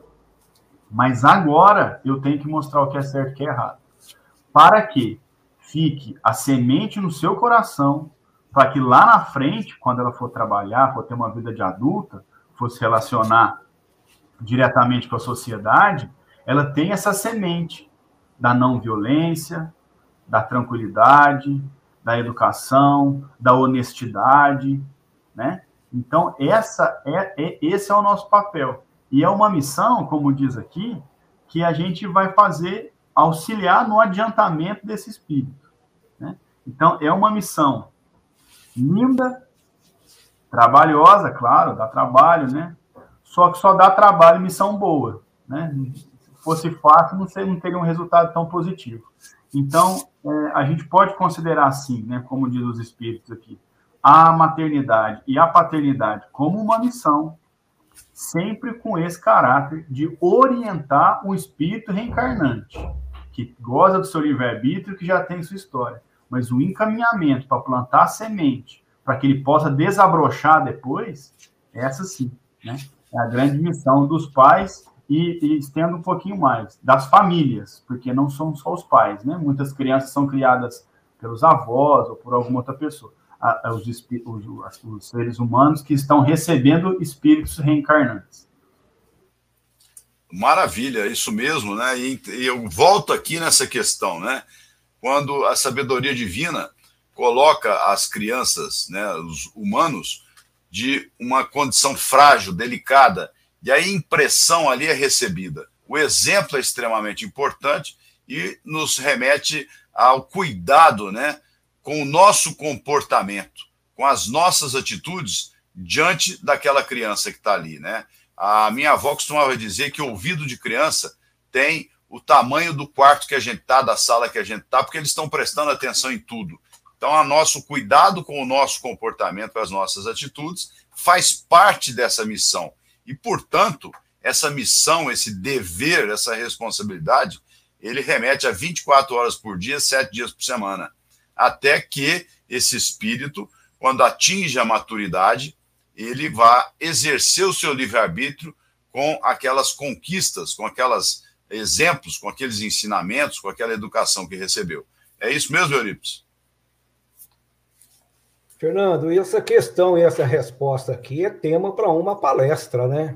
Mas agora eu tenho que mostrar o que é certo e o que é errado. Para que fique a semente no seu coração, para que lá na frente, quando ela for trabalhar, for ter uma vida de adulta, for se relacionar diretamente com a sociedade, ela tenha essa semente da não violência, da tranquilidade, da educação, da honestidade, né? Então, esse é o nosso papel. E é uma missão, como diz aqui, que a gente vai fazer, auxiliar no adiantamento desse espírito, né? Então, é uma missão linda, trabalhosa, claro, dá trabalho, né? Só que só dá trabalho missão boa, né? fosse fácil, não teria um resultado tão positivo. Então, a gente pode considerar assim, né, como diz os espíritos aqui, a maternidade e a paternidade como uma missão, sempre com esse caráter de orientar o espírito reencarnante, que goza do seu livre-arbítrio, que já tem sua história. Mas o encaminhamento para plantar a semente, para que ele possa desabrochar depois, essa sim, né? É a grande missão dos pais e estendo um pouquinho mais, das famílias, porque não são só os pais, né? Muitas crianças são criadas pelos avós ou por alguma outra pessoa. Os seres humanos que estão recebendo espíritos reencarnantes. Maravilha, isso mesmo, né? E eu volto aqui nessa questão, né? Quando a sabedoria divina coloca as crianças, né, os humanos, de uma condição frágil, delicada, e a impressão ali é recebida. O exemplo é extremamente importante e nos remete ao cuidado, né, com o nosso comportamento, com as nossas atitudes diante daquela criança que está ali, né? A minha avó costumava dizer que o ouvido de criança tem o tamanho do quarto que a gente está, da sala que a gente está, porque eles estão prestando atenção em tudo. Então, o nosso cuidado com o nosso comportamento, com as nossas atitudes, faz parte dessa missão. E, portanto, essa missão, esse dever, essa responsabilidade, ele remete a 24 horas por dia, 7 dias por semana. Até que esse espírito, quando atinge a maturidade, ele vai exercer o seu livre-arbítrio com aquelas conquistas, com aqueles exemplos, com aqueles ensinamentos, com aquela educação que recebeu. É isso mesmo, Eurípides? Fernando, essa questão e essa resposta aqui é tema para uma palestra, né?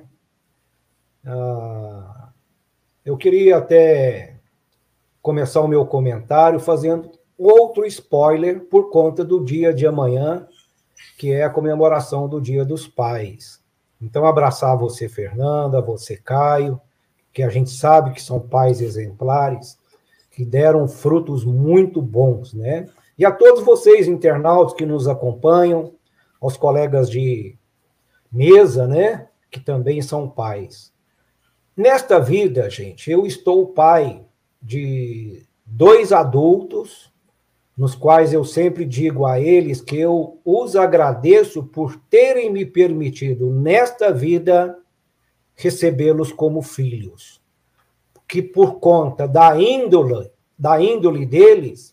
Eu queria até começar o meu comentário fazendo outro spoiler por conta do dia de amanhã, que é a comemoração do Dia dos Pais. Então, abraçar você, Fernanda, você, Caio, que a gente sabe que são pais exemplares, que deram frutos muito bons, né? E a todos vocês, internautas que nos acompanham, aos colegas de mesa, né? Que também são pais. Nesta vida, gente, eu estou pai de 2 adultos, nos quais eu sempre digo a eles que eu os agradeço por terem me permitido, nesta vida, recebê-los como filhos. Que por conta da índole deles,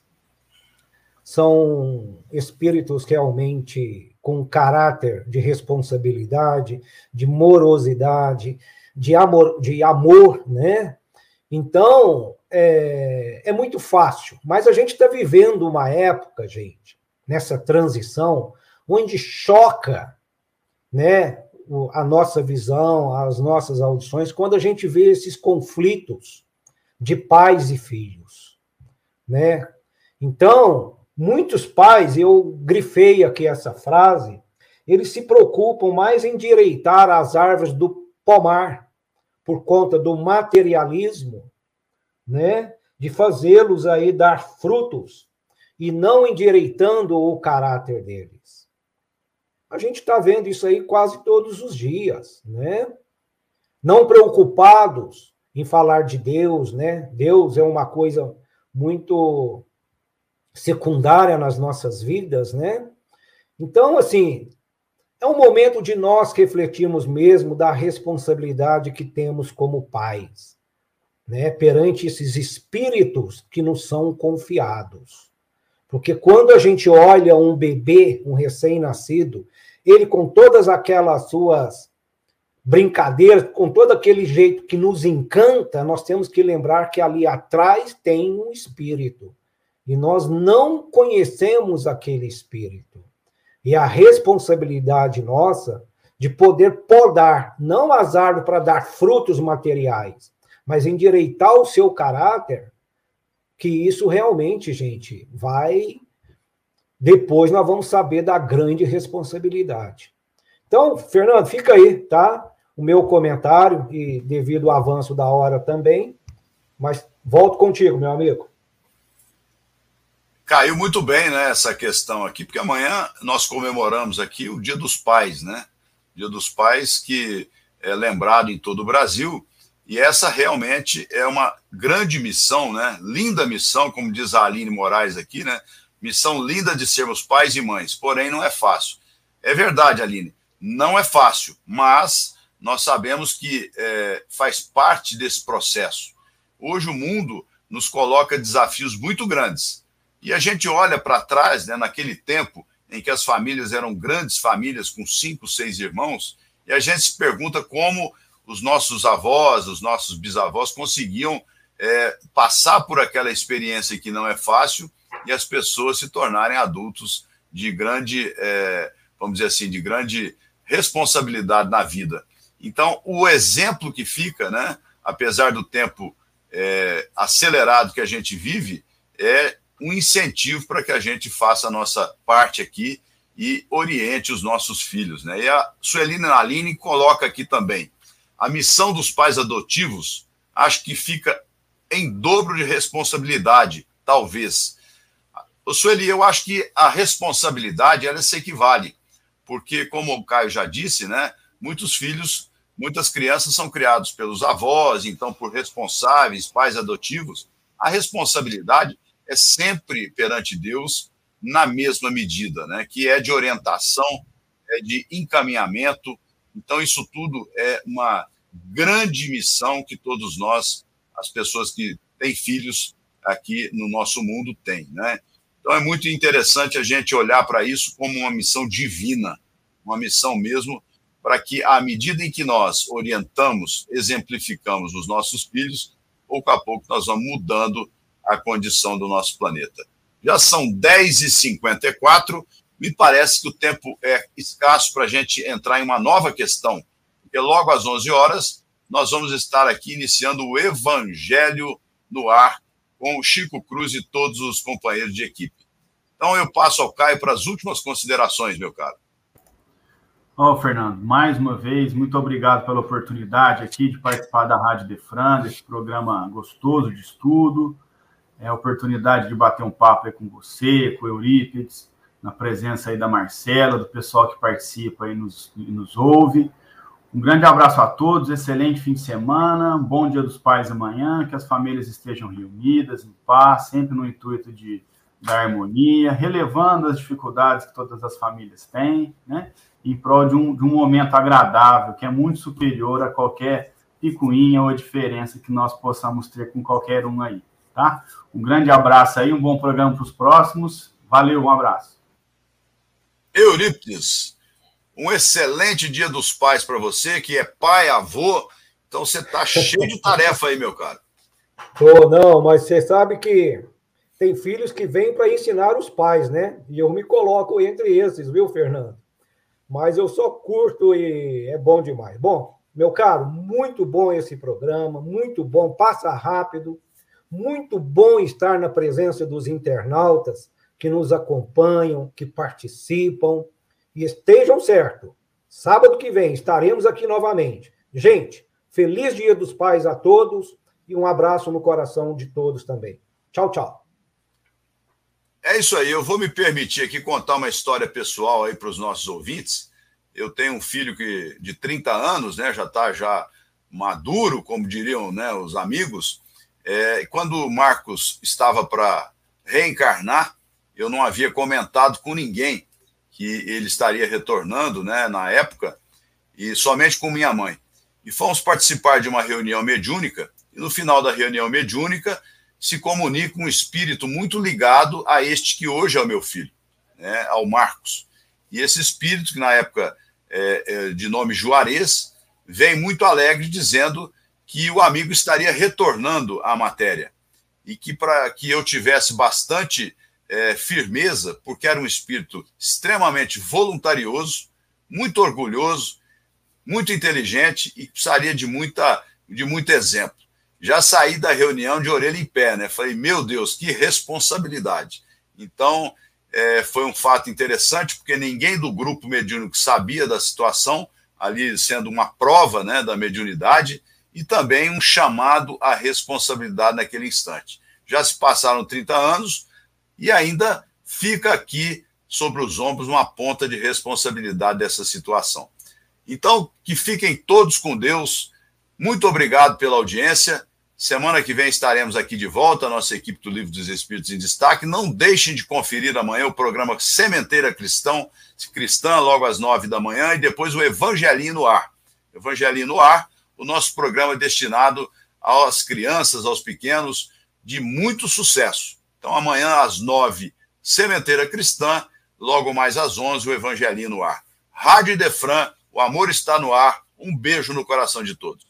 são espíritos realmente com caráter de responsabilidade, de morosidade, de amor, né? Então, é muito fácil, mas a gente está vivendo uma época, gente, nessa transição, onde choca, né, a nossa visão, as nossas audições, quando a gente vê esses conflitos de pais e filhos, né? Então, muitos pais, eu grifei aqui essa frase, eles se preocupam mais em endireitar as árvores do pomar, por conta do materialismo, né, de fazê-los aí dar frutos e não endireitando o caráter deles. A gente está vendo isso aí quase todos os dias, né? Não preocupados em falar de Deus, né? Deus é uma coisa muito secundária nas nossas vidas, né? Então, assim, é um momento de nós refletirmos mesmo da responsabilidade que temos como pais, né, perante esses espíritos que nos são confiados. Porque quando a gente olha um bebê, um recém-nascido, ele com todas aquelas suas brincadeiras, com todo aquele jeito que nos encanta, nós temos que lembrar que ali atrás tem um espírito. E nós não conhecemos aquele espírito. E a responsabilidade nossa de poder podar, não as árvores para dar frutos materiais, mas endireitar o seu caráter, que isso realmente, gente, vai... Depois nós vamos saber da grande responsabilidade. Então, Fernando, fica aí, tá? O meu comentário, e devido ao avanço da hora também, mas volto contigo, meu amigo. Caiu muito bem, né, essa questão aqui, porque amanhã nós comemoramos aqui o Dia dos Pais, né? Dia dos Pais que é lembrado em todo o Brasil E essa realmente é uma grande missão, né? Linda missão, como diz a Aline Moraes aqui, né? Missão linda de sermos pais e mães, porém não é fácil. É verdade, Aline, não é fácil, mas nós sabemos que faz parte desse processo. Hoje o mundo nos coloca desafios muito grandes. E a gente olha para trás, né, naquele tempo em que as famílias eram grandes famílias com 5, 6 irmãos, e a gente se pergunta como os nossos avós, os nossos bisavós conseguiam passar por aquela experiência que não é fácil e as pessoas se tornarem adultos de grande, vamos dizer assim, de grande responsabilidade na vida. Então, o exemplo que fica, né, apesar do tempo acelerado que a gente vive, é um incentivo para que a gente faça a nossa parte aqui e oriente os nossos filhos, né? E a Suelina Aline coloca aqui também, a missão dos pais adotivos, acho que fica em dobro de responsabilidade, talvez. Sueli, eu acho que a responsabilidade, ela se equivale, porque, como o Caio já disse, né, muitas crianças são criadas pelos avós, então por responsáveis, pais adotivos. A responsabilidade é sempre perante Deus na mesma medida, né, que é de orientação, é de encaminhamento. Então, isso tudo é uma grande missão que todos nós, as pessoas que têm filhos aqui no nosso mundo, têm, né? Então, é muito interessante a gente olhar para isso como uma missão divina, uma missão mesmo para que, à medida em que nós orientamos, exemplificamos os nossos filhos, pouco a pouco nós vamos mudando a condição do nosso planeta. Já são 10h54, me parece que o tempo é escasso para a gente entrar em uma nova questão, porque logo às 11 horas nós vamos estar aqui iniciando o Evangelho no Ar com o Chico Cruz e todos os companheiros de equipe. Então eu passo ao Caio para as últimas considerações, meu caro. Fernando, mais uma vez, muito obrigado pela oportunidade aqui de participar da Rádio Idefran, desse programa gostoso de estudo, a oportunidade de bater um papo aí com você, com o Eurípides, na presença aí da Marcela, do pessoal que participa e nos ouve. Um grande abraço a todos, excelente fim de semana, bom Dia dos Pais amanhã, que as famílias estejam reunidas, em paz, sempre no intuito da harmonia, relevando as dificuldades que todas as famílias têm, né? Em prol de um momento agradável, que é muito superior a qualquer picuinha ou diferença que nós possamos ter com qualquer um aí, tá? Um grande abraço aí, um bom programa para os próximos. Valeu, um abraço. Eurípides, um excelente Dia dos Pais para você, que é pai, avô, então você está cheio de tarefa aí, meu cara. Não, mas você sabe que tem filhos que vêm para ensinar os pais, né? E eu me coloco entre esses, viu, Fernando? Mas eu só curto e é bom demais. Bom, meu caro, muito bom esse programa, muito bom, passa rápido, muito bom estar na presença dos internautas que nos acompanham, que participam, e estejam certos. Sábado que vem estaremos aqui novamente. Gente, feliz Dia dos Pais a todos e um abraço no coração de todos também. Tchau, tchau. É isso aí, eu vou me permitir aqui contar uma história pessoal aí para os nossos ouvintes. Eu tenho um filho de 30 anos, né, já está maduro, como diriam, né, os amigos. Quando o Marcos estava para reencarnar, eu não havia comentado com ninguém que ele estaria retornando, né, na época, e somente com minha mãe. E fomos participar de uma reunião mediúnica, e no final da reunião mediúnica se comunica um espírito muito ligado a este que hoje é o meu filho, né, ao Marcos. E esse espírito, que na época de nome Juarez, vem muito alegre dizendo que o amigo estaria retornando à matéria e que para que eu tivesse bastante firmeza, porque era um espírito extremamente voluntarioso, muito orgulhoso, muito inteligente e precisaria de muito exemplo. Já saí da reunião de orelha em pé, né? Falei, meu Deus, que responsabilidade. Então, foi um fato interessante, porque ninguém do grupo mediúnico sabia da situação, ali sendo uma prova, né, da mediunidade, e também um chamado à responsabilidade naquele instante. Já se passaram 30 anos e ainda fica aqui sobre os ombros uma ponta de responsabilidade dessa situação. Então, que fiquem todos com Deus. Muito obrigado pela audiência. Semana que vem estaremos aqui de volta, a nossa equipe do Livro dos Espíritos em Destaque. Não deixem de conferir amanhã o programa Sementeira Cristã, logo às 9 da manhã, e depois o Evangelinho no Ar. Evangelinho no Ar, o nosso programa destinado às crianças, aos pequenos, de muito sucesso. Então, amanhã às 9, Sementeira Cristã, logo mais às 11, o Evangelinho no Ar. Rádio Idefran, o amor está no ar. Um beijo no coração de todos.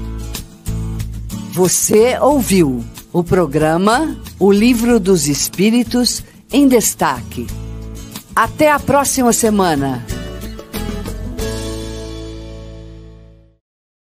Você ouviu o programa O Livro dos Espíritos em Destaque. Até a próxima semana.